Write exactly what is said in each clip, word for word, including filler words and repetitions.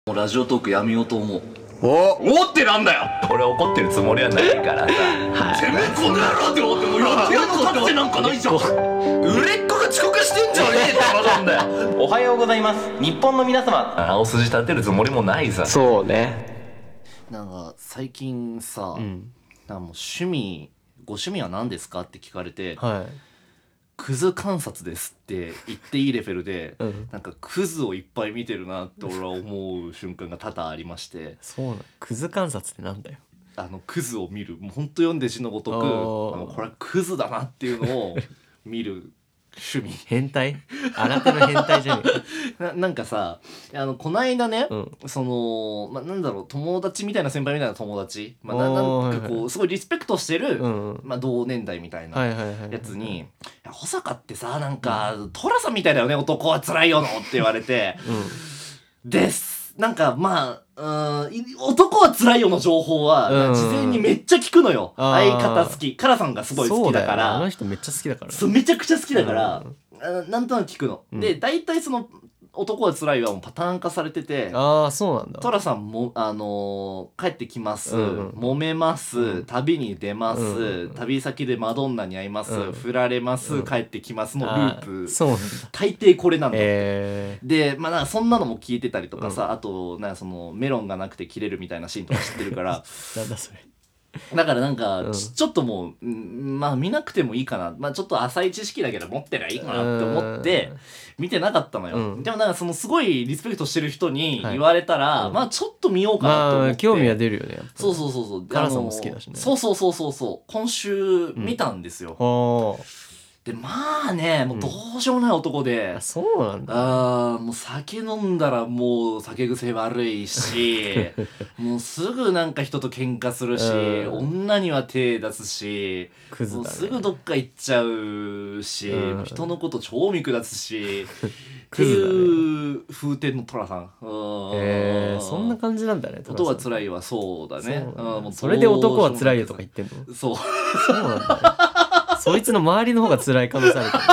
もうラジオトークやめようと思う。 おおってなんだよ。 俺怒ってるつもりはないからさてめえこの野郎って思ってもやってやるの立ってなんかないじゃん。売れっ子が遅刻してんじゃねえって話なんだよ。 おはようございます。日本の皆様。 青筋立てるつもりもないさ。 そうね。 なんか最近さ、 うん、 なんかもう趣味ご趣味は何ですかって聞かれて、 はい。 クズ観察ですって言っていいレベルで、 うん、 なんかクズをいっぱい見てるなって俺は思う瞬間が多々ありまして。 そうなの。クズ観察ってなんだよ。 あのクズを見る、もうほんと読んで字のごとく、あのこれはクズだなっていうのを見る趣味。 変態？新手の変態じゃねえな, なんかさ、あのこの間ね、 うん、 その、まあ、なんだろう、友達みたいな先輩みたいな友達、まあ、な, なんかこう、はいはい、すごいリスペクトしてる、うんうん、まあ、同年代みたいなやつに「保坂ってさ、なんか、うん、寅さんみたいだよね、男はつらいよの」って言われて、うん、ですなんかまあ、うん、男はつらいよの情報は、うん、事前にめっちゃ聞くのよ。相方好き、カラさんがすごい好きだから、 あの人めっちゃ好きだから、ね、 そうめちゃくちゃ好きだから、うん、なんとなく聞くの、うん、で大体その男はつらいはもうパターン化されてて、 ああそうなんだ。 寅さんも、あのー、帰ってきます、うんうん、揉めます、うん、旅に出ます、うんうん、旅先でマドンナに会います、うん、振られます、うん、帰ってきますのループ、 そうなんだ。 大抵これなんだ、 えー、 でまあなんかそんなのも聞いてたりとかさ、うん、あとなんかそのメロンがなくて切れるみたいなシーンとか知ってるからなんだそれ。 だからなんか、うん、 ち, ちょっともう、まあ見なくてもいいかな、まあちょっと浅い知識だけど持ってりゃいいかなって思って見てなかったのよ、うん、でもなんかそのすごいリスペクトしてる人に言われたら、はい、まあちょっと見ようかなと思って、まあ、 興味は出るよね。 そうそうそうそう、 カラさんも好きだしね。 そうそうそうそうそう、今週見たんですよ、うん、でまあね、もうどうしようもない男で、うん、 あそうなんだ。 あもう酒飲んだらもう酒癖悪いしもうすぐなんか人と喧嘩するし、うん、女には手出すし、 クズだね、 もうすぐどっか行っちゃうし、うん、人のこと超見下すしっていう風天の寅さん。 へえ、そんな感じなんだね。 男は辛いはそうだね。 そう、もうそれで男は辛いよとか言ってんの？ そうそうなんだね。そいつの周りの方が辛い可能性あるから。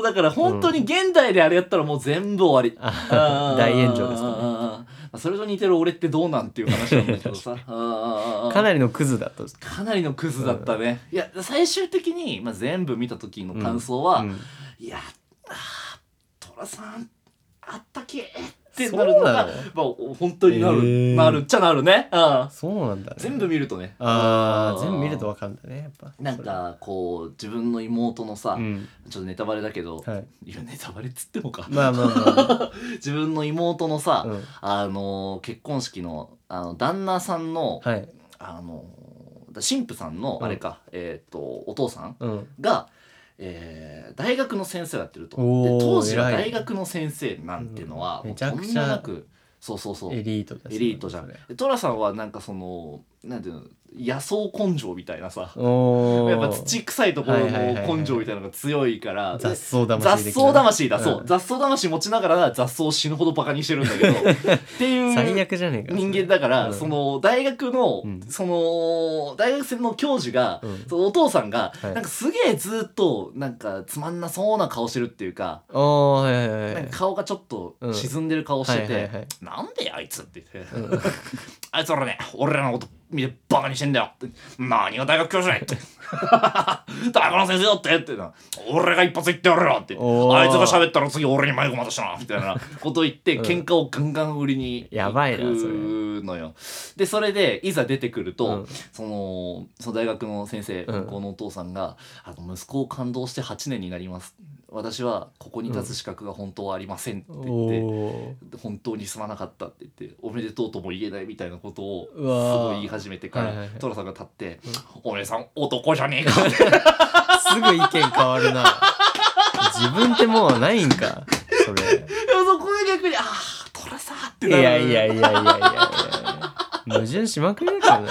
だから本当に現代であれやったらもう全部終わり、 うん、大炎上ですかね。それと似てる俺ってどうなんっていう話なんだけどさかなりのクズだった。 かなりのクズだったね、うん、いや最終的に、まあ、全部見た時の感想は、うんうん、いや寅さんあったけってなるのが、まあ、本当になる、えー、なるっちゃなるね。あそうなんだね。 全部見るとね。 ああ、全部見ると分かるんだね、やっぱ。 なんかこう自分の妹のさ、うん、ちょっとネタバレだけど、はい、いやネタバレっつってもか。 まあまあまあ。 自分の妹のさ、うん、あの結婚式のあの旦那さんの、はい、あの新婦さんのあれか、うん、えっ、ー、とお父さんが。うんえー、大学の先生をやってると。で当時は大学の先生なんてのは、うん、めちゃくちゃなくそうそうそうエリートだし、 エリートじゃん。寅さんはなんかそのなんていうの野草根性みたいなさ、やっぱ土臭いところの根性みたいなのが強いから、 雑草魂雑草魂だ、うん、そう雑草魂持ちながら雑草を死ぬほどバカにしてるんだけどっていう最悪じゃねえか人間だから、うん、その大学の、うん、その大学生の教授が、うん、そのお父さんが、はい、なんかすげえずっとなんかつまんなそうな顔してるっていうか、 はいはいはい、 なんか顔がちょっと沈んでる顔してて、なんであいつって言って、うん、あいつ俺ね俺らのこと見てバカにしてんだよって、何が大学教授だって大学の先生だってってな、俺が一発言ってやるよって、あいつが喋ったら次俺に迷子またしたなみたいなこと言って喧嘩をガンガン売りにやばいなそれのよ。でそれでいざ出てくると、うん、そのその大学の先生、うん、このお父さんがあの息子を感動してはちねんになります、私はここに立つ資格が本当はありませんって言って、うん、本当にすまなかったって言っておめでとうとも言えないみたいなことをすごい言い始めてから、はいはいはい、寅さんが立って、うん、お姉さん男じゃねえかってすぐ意見変わるな自分ってもうないんかそれ。 でもそこで逆にああ寅さんってなる。 いやいやいやいやいやいや矛盾しまくりだからね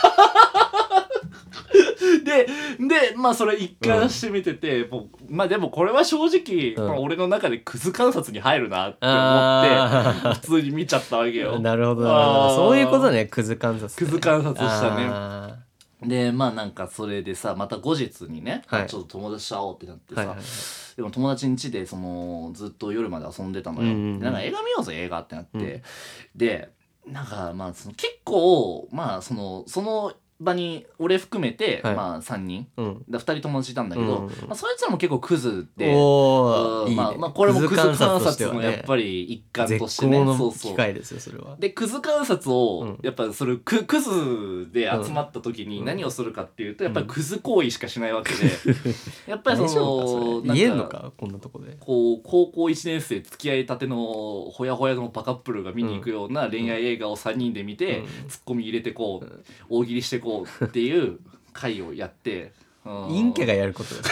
ででまあそれ一貫して見てて、うん、もうまあでもこれは正直、うんまあ、俺の中でクズ観察に入るなって思って普通に見ちゃったわけよ。 なるほどなるほど、そういうことね、クズ観察、ね、 クズ観察したね。でまあなんかそれでさまた後日にね、はい、ちょっと友達と会おうってなってさ、はいはいはい、 でも友達ん家でそのずっと夜まで遊んでたのよ、うんうん、なんか映画見ようぜ映画ってなって、うん、でなんかまあその結構まあそのその場に俺含めて、はい、まあさんにん、うん、だふたり友達いたんだけど、うんうん、まあ、そいつらも結構クズで、おー、いいね、まあ、まあこれもクズ観察のやっぱり一環としてね、 絶好の機会ですよそれは。 でクズ観察をやっぱそれククズで集まった時に何をするかっていうとやっぱりクズ行為しかしないわけで、やっぱりその言えんのかこんなとこでこう高校いちねん生付き合いたてのほやほやのバカップルが見に行くような恋愛映画をさんにんで見て、うん、ツッコミ入れてこう大喜利してこうっていう会をやって、 陰キャがやることです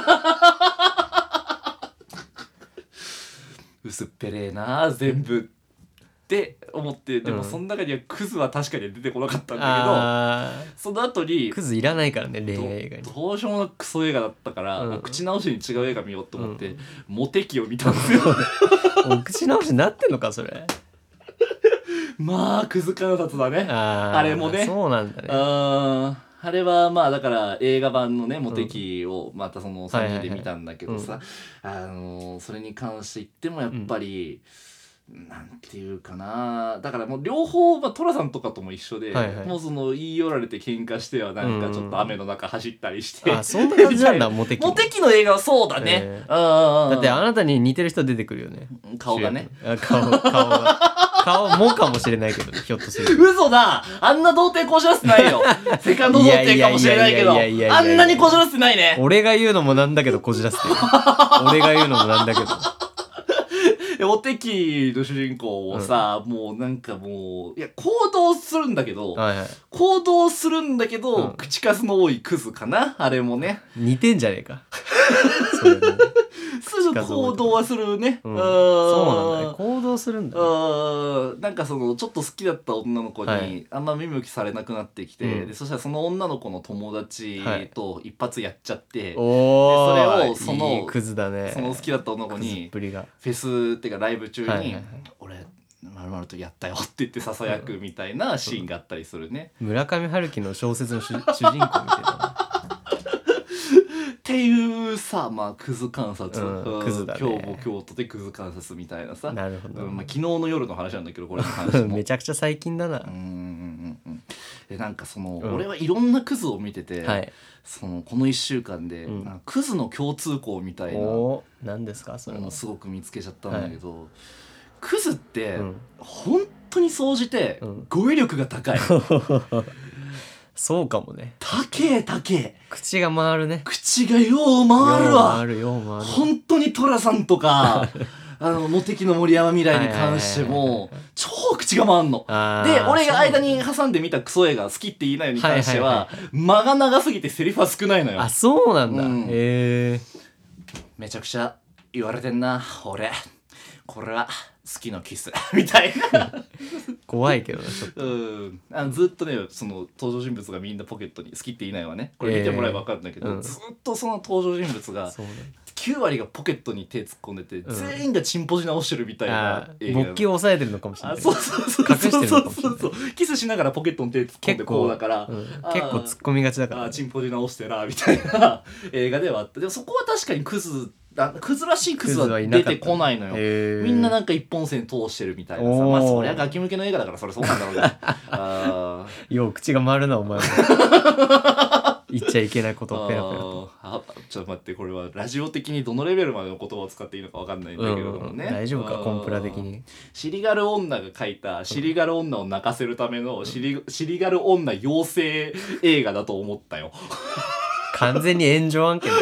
薄っぺれえな全部って思って、でもその中にはクズは確かに出てこなかったんだけど、その後にクズいらないからね恋愛映画に。 どうしようもなくクソ映画だったから、うん、口直しに違う映画見ようと思って、うん、モテ期を見たんですよお口直しになってんのかそれまあクズ観察だね あ, あれもね。 そうなんだね。 ああれはまあだから映画版のねモテ期をまたそのさんにんで見たんだけどさ、あのそれに関して言ってもやっぱり、うん、なんていうかな、だからもう両方、まあ、トラさんとかとも一緒で、はいはい、もうその言い寄られて喧嘩してはなんかちょっと雨の中走ったりして、うん、 あそんな感じなんだモテ期。 モテ期の映画はそうだね、えー、 だってあなたに似てる人出てくるよね顔がね。 顔顔が顔もかもしれないけど、ね、ひょっとする嘘だ、あんな童貞こじらせてないよセカンド童貞かもしれないけどあんなにこじらせてないね。 俺が言うのもなんだけどこじらせてる俺が言うのもなんだけどモテ期の主人公をさ、うん、もうなんかもういや行動するんだけど、はいはい、行動するんだけど、うん、口数の多いクズかなあれもね。 似てんじゃねえかそれもすぐ行動はするね、 うん、そうなんだ、行動するんだ、 ね、なんかそのちょっと好きだった女の子にあんま見向きされなくなってきて、はい、でそしたらその女の子の友達と一発やっちゃって、はい、でそれをそのいいクズだね、 その好きだった女の子にフェスっていうかライブ中に、はいはいはい、俺まるまるとやったよって言ってささやくみたいなシーンがあったりするね。 村上春樹の小説の主人公みたいなっていうさ、まあクズ観察、 うん、クズだね。 今日も京都でクズ観察みたいなさ。 なるほど、 うん、まあ、昨日の夜の話なんだけどこれの話もめちゃくちゃ最近だな。 うんうんうん。でなんかその、うん、俺はいろんなクズを見てて、はい、そのこのいっしゅうかんで、うん、なんかクズの共通項みたいな何ですかそれもすごく見つけちゃったんだけど、はい、クズって、うん、本当に総じて語彙力が高い。 そうかもね。 高え高え。 口が回るね。 口がよう回るわ。 よう回るよう回る。 本当に寅さんとかあのモテ期の森山未来に関しても超口が回んの。で俺が間に挟んで見たクソ映画好きって言いないよに関しては、はいはいはい、間が長すぎてセリフは少ないのよ。 あ、そうなんだ。うん、へえ。 めちゃくちゃ言われてんな俺。これは好きのキスみたいな怖いけどなちょっと、 うん、あのずっとねその登場人物がみんなポケットに好きって言いないわねこれ見てもらえば分かるんだけど、えーうん、ずっとその登場人物がきゅうわりがポケットに手突っ込んでて、うん、全員がチンポジ直してるみたいな映画。 勃起を抑えてるのかもしれない。 あ、そうそうそうそうそうそうそうキスしながらポケットに手突っ込んでこうだから、 うん、結構突っ込みがちだから、 ね、あチンポジ直してらみたいな映画ではあった。でもそこは確かにクズあクズらしいクズは出てこないのよ。みんななんか一本線通してるみたいなさ。まあそりゃガキ向けの映画だからそれそうなんだろうけどあよう口が回るなお前も言っちゃいけないことをペラペラと。 あちょっと待って、これはラジオ的にどのレベルまでの言葉を使っていいのか分かんないんだけれどもね、 うん、大丈夫かコンプラ的に。 シリガル女が書いたシリガル女を泣かせるためのシリ、シリガル女養成映画だと思ったよ完全に炎上案件だ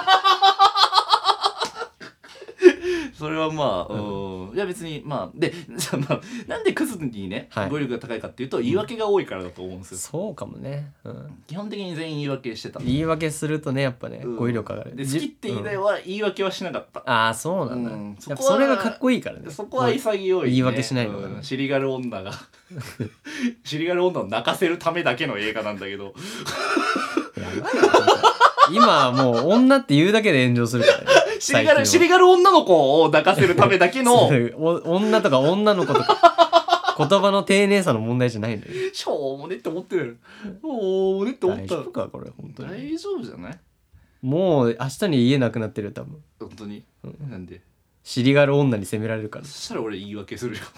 それはまあ、うん、いや別にまあでまあなんでクズにね、はい、語彙力が高いかっていうと言い訳が多いからだと思うんですよ。 そうかもね、うん、 基本的に全員言い訳してた。 言い訳するとねやっぱね、うん、語彙力上がる。 で好きって言いなは言い訳はしなかった。 うん、ああそうなんだ、うん、そ, それがかっこいいからね。 そこは潔い、ね、 言い訳しないのが、ね、 うん、シリガル女がシリガル女を泣かせるためだけの映画なんだけどやばいな今はもう女って言うだけで炎上するからねシリガル、シリガル女の子を抱かせるためだけの女とか女の子とか言葉の丁寧さの問題じゃないのよ。 しょうもねって思ってる。しょうもねって思った。 大丈夫かこれ本当に。 大丈夫じゃない？ もう明日に家なくなってるよ多分。 本当に、うん、なんで尻がある女に責められるから。 そしたら俺言い訳するよ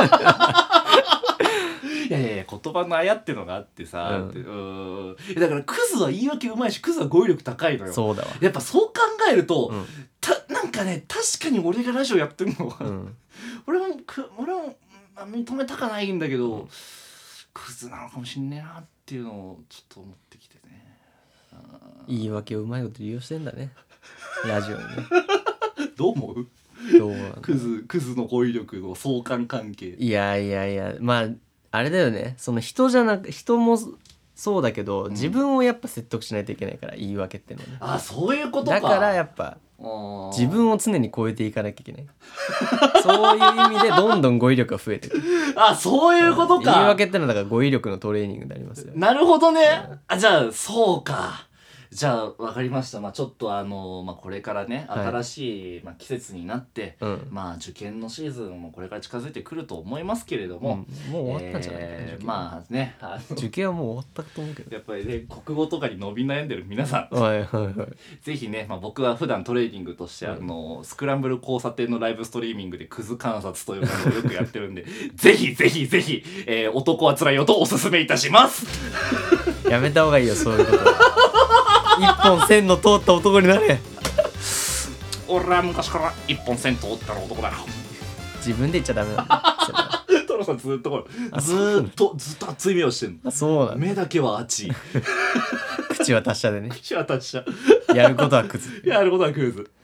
いやいやいや言葉のあやってのがあってさ、うん、ってうんだからクズは言い訳うまいしクズは語彙力高いのよ。 そうだわ。 やっぱそう考えると、うん、たなんかね確かに俺がラジオやってるのは、うん、俺も俺も認めたかないんだけど、うん、クズなのかもしんねえなっていうのをちょっと思ってきてね。 言い訳をうまいこと利用してんだねラジオにねどう思う？どうクズクズの語彙力の相関関係。 いやいやいやまああれだよね、その人じゃなく人もそうだけど、うん、自分をやっぱ説得しないといけないから言い訳ってのはね。 あそういうことか。 だからやっぱ自分を常に超えていかなきゃいけないそういう意味でどんどん語彙力が増えてくるあそういうことか。 言い訳ってのはだから語彙力のトレーニングになりますよ。 なるほどね、うん、あじゃあそうか。じゃあ分かりました。まあちょっとあの、まあ、これからね新しい、はいまあ、季節になって、うん、まあ受験のシーズンもこれから近づいてくると思いますけれども、 うん、もう終わったんじゃない、 えー、まあねあの受験はもう終わったと思うけどやっぱりね国語とかに伸び悩んでる皆さんはいはいはいぜひね、まあ、僕は普段トレーニングとして、うん、あのスクランブル交差点のライブストリーミングでクズ観察というのをよくやってるんでぜひぜひぜひ、えー、男はつらいよとおすすめいたしますやめた方がいいよそういうこと一本線の通った男になれ俺は昔から一本線通った男だ自分で言っちゃダメなんだトロさんずっとこれずーっとずっと熱い目をしてんの。 あそうなんだ。 目だけは熱い口は達者でね。 口は達者やることはクズやることはクズ